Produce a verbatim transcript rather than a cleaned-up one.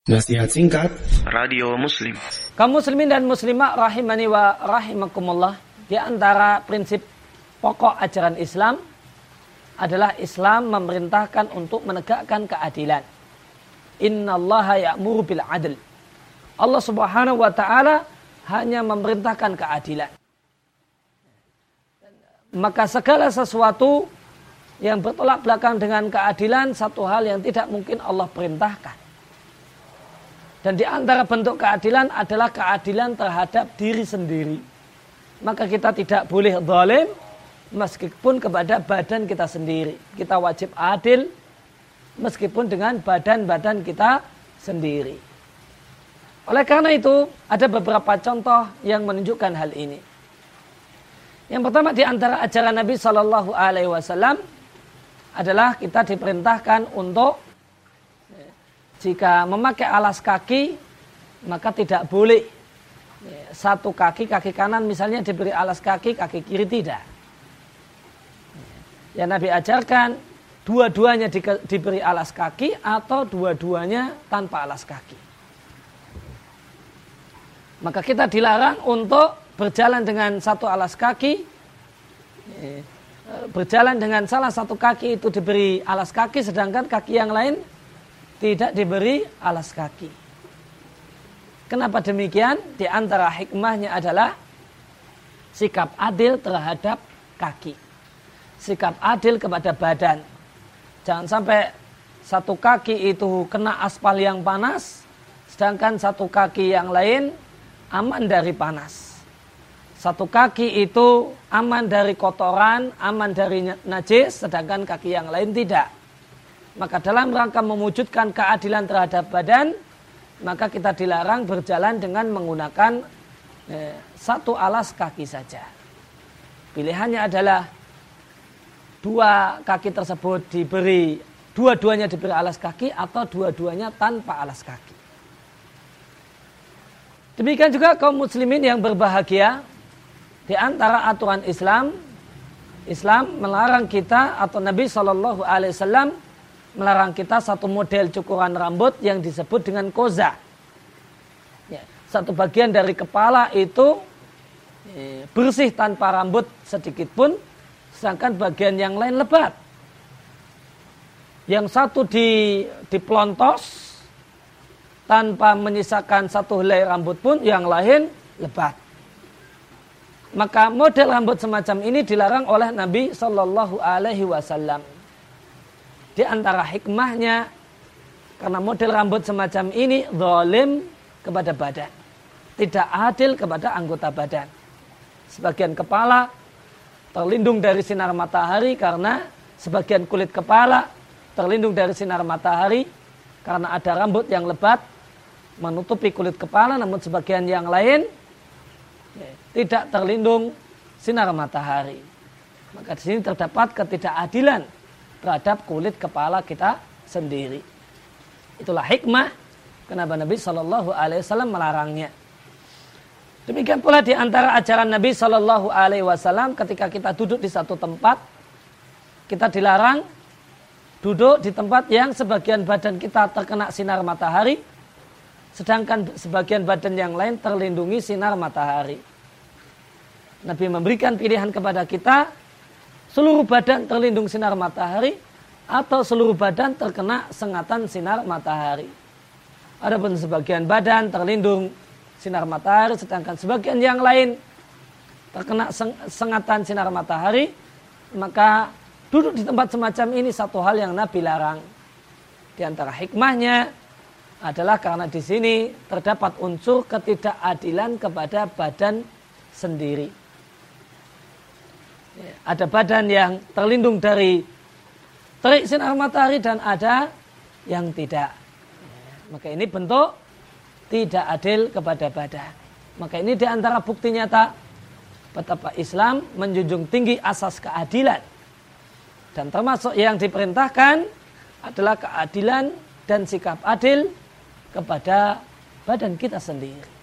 Nasihat singkat Radio Muslim. Kaum muslimin dan muslimah rahimani wa rahimakumullah, di antara prinsip pokok ajaran Islam adalah Islam memerintahkan untuk menegakkan keadilan. Innallaha ya'muru bil adl. Allah Subhanahu wa taala hanya memerintahkan keadilan. Maka segala sesuatu yang bertolak belakang dengan keadilan satu hal yang tidak mungkin Allah perintahkan. Dan di antara bentuk keadilan adalah keadilan terhadap diri sendiri. Maka kita tidak boleh zalim meskipun kepada badan kita sendiri. Kita wajib adil meskipun dengan badan-badan kita sendiri. Oleh karena itu, ada beberapa contoh yang menunjukkan hal ini. Yang pertama di antara ajaran Nabi Shallallahu Alaihi Wasallam adalah kita diperintahkan untuk jika memakai alas kaki, maka tidak boleh satu kaki, kaki kanan misalnya diberi alas kaki, kaki kiri tidak. Yang Nabi ajarkan, dua-duanya di, diberi alas kaki atau dua-duanya tanpa alas kaki. Maka kita dilarang untuk berjalan dengan satu alas kaki, berjalan dengan salah satu kaki itu diberi alas kaki, sedangkan kaki yang lain tidak diberi alas kaki. Kenapa demikian? Di antara hikmahnya adalah sikap adil terhadap kaki. Sikap adil kepada badan. Jangan sampai satu kaki itu kena aspal yang panas, sedangkan satu kaki yang lain aman dari panas. Satu kaki itu aman dari kotoran, aman dari najis, sedangkan kaki yang lain tidak. Maka dalam rangka mewujudkan keadilan terhadap badan, maka kita dilarang berjalan dengan menggunakan eh, satu alas kaki saja. Pilihannya adalah dua kaki tersebut diberi, dua-duanya diberi alas kaki atau dua-duanya tanpa alas kaki. Demikian juga kaum muslimin yang berbahagia, di antara aturan Islam, Islam melarang kita atau Nabi Shallallahu Alaihi Wasallam melarang kita satu model cukuran rambut yang disebut dengan koza. Ya, satu bagian dari kepala itu eh, bersih tanpa rambut sedikit pun, sedangkan bagian yang lain lebat. Yang satu di, dipelontos tanpa menyisakan satu helai rambut pun, yang lain lebat. Maka model rambut semacam ini dilarang oleh Nabi Shallallahu Alaihi Wasallam. Di antara hikmahnya, karena model rambut semacam ini zalim kepada badan, tidak adil kepada anggota badan. Sebagian kepala terlindung dari sinar matahari karena sebagian kulit kepala terlindung dari sinar matahari karena ada rambut yang lebat menutupi kulit kepala, namun sebagian yang lain ya, tidak terlindung sinar matahari. Maka di sini terdapat ketidakadilan terhadap kulit kepala kita sendiri. Itulah hikmah kenapa Nabi Shallallahu Alaihi Wasallam melarangnya. Demikian pula di antara ajaran Nabi Shallallahu Alaihi Wasallam, ketika kita duduk di satu tempat, kita dilarang duduk di tempat yang sebagian badan kita terkena sinar matahari, sedangkan sebagian badan yang lain terlindungi sinar matahari. Nabi memberikan pilihan kepada kita, seluruh badan terlindung sinar matahari atau seluruh badan terkena sengatan sinar matahari. Adapun sebagian badan terlindung sinar matahari, sedangkan sebagian yang lain terkena sengatan sinar matahari, maka duduk di tempat semacam ini satu hal yang Nabi larang. Di antara hikmahnya adalah karena di sini terdapat unsur ketidakadilan kepada badan sendiri. Ada badan yang terlindung dari terik sinar matahari dan ada yang tidak. Maka ini bentuk tidak adil kepada badan. Maka ini diantara bukti nyata betapa Islam menjunjung tinggi asas keadilan. Dan termasuk yang diperintahkan adalah keadilan dan sikap adil kepada badan kita sendiri.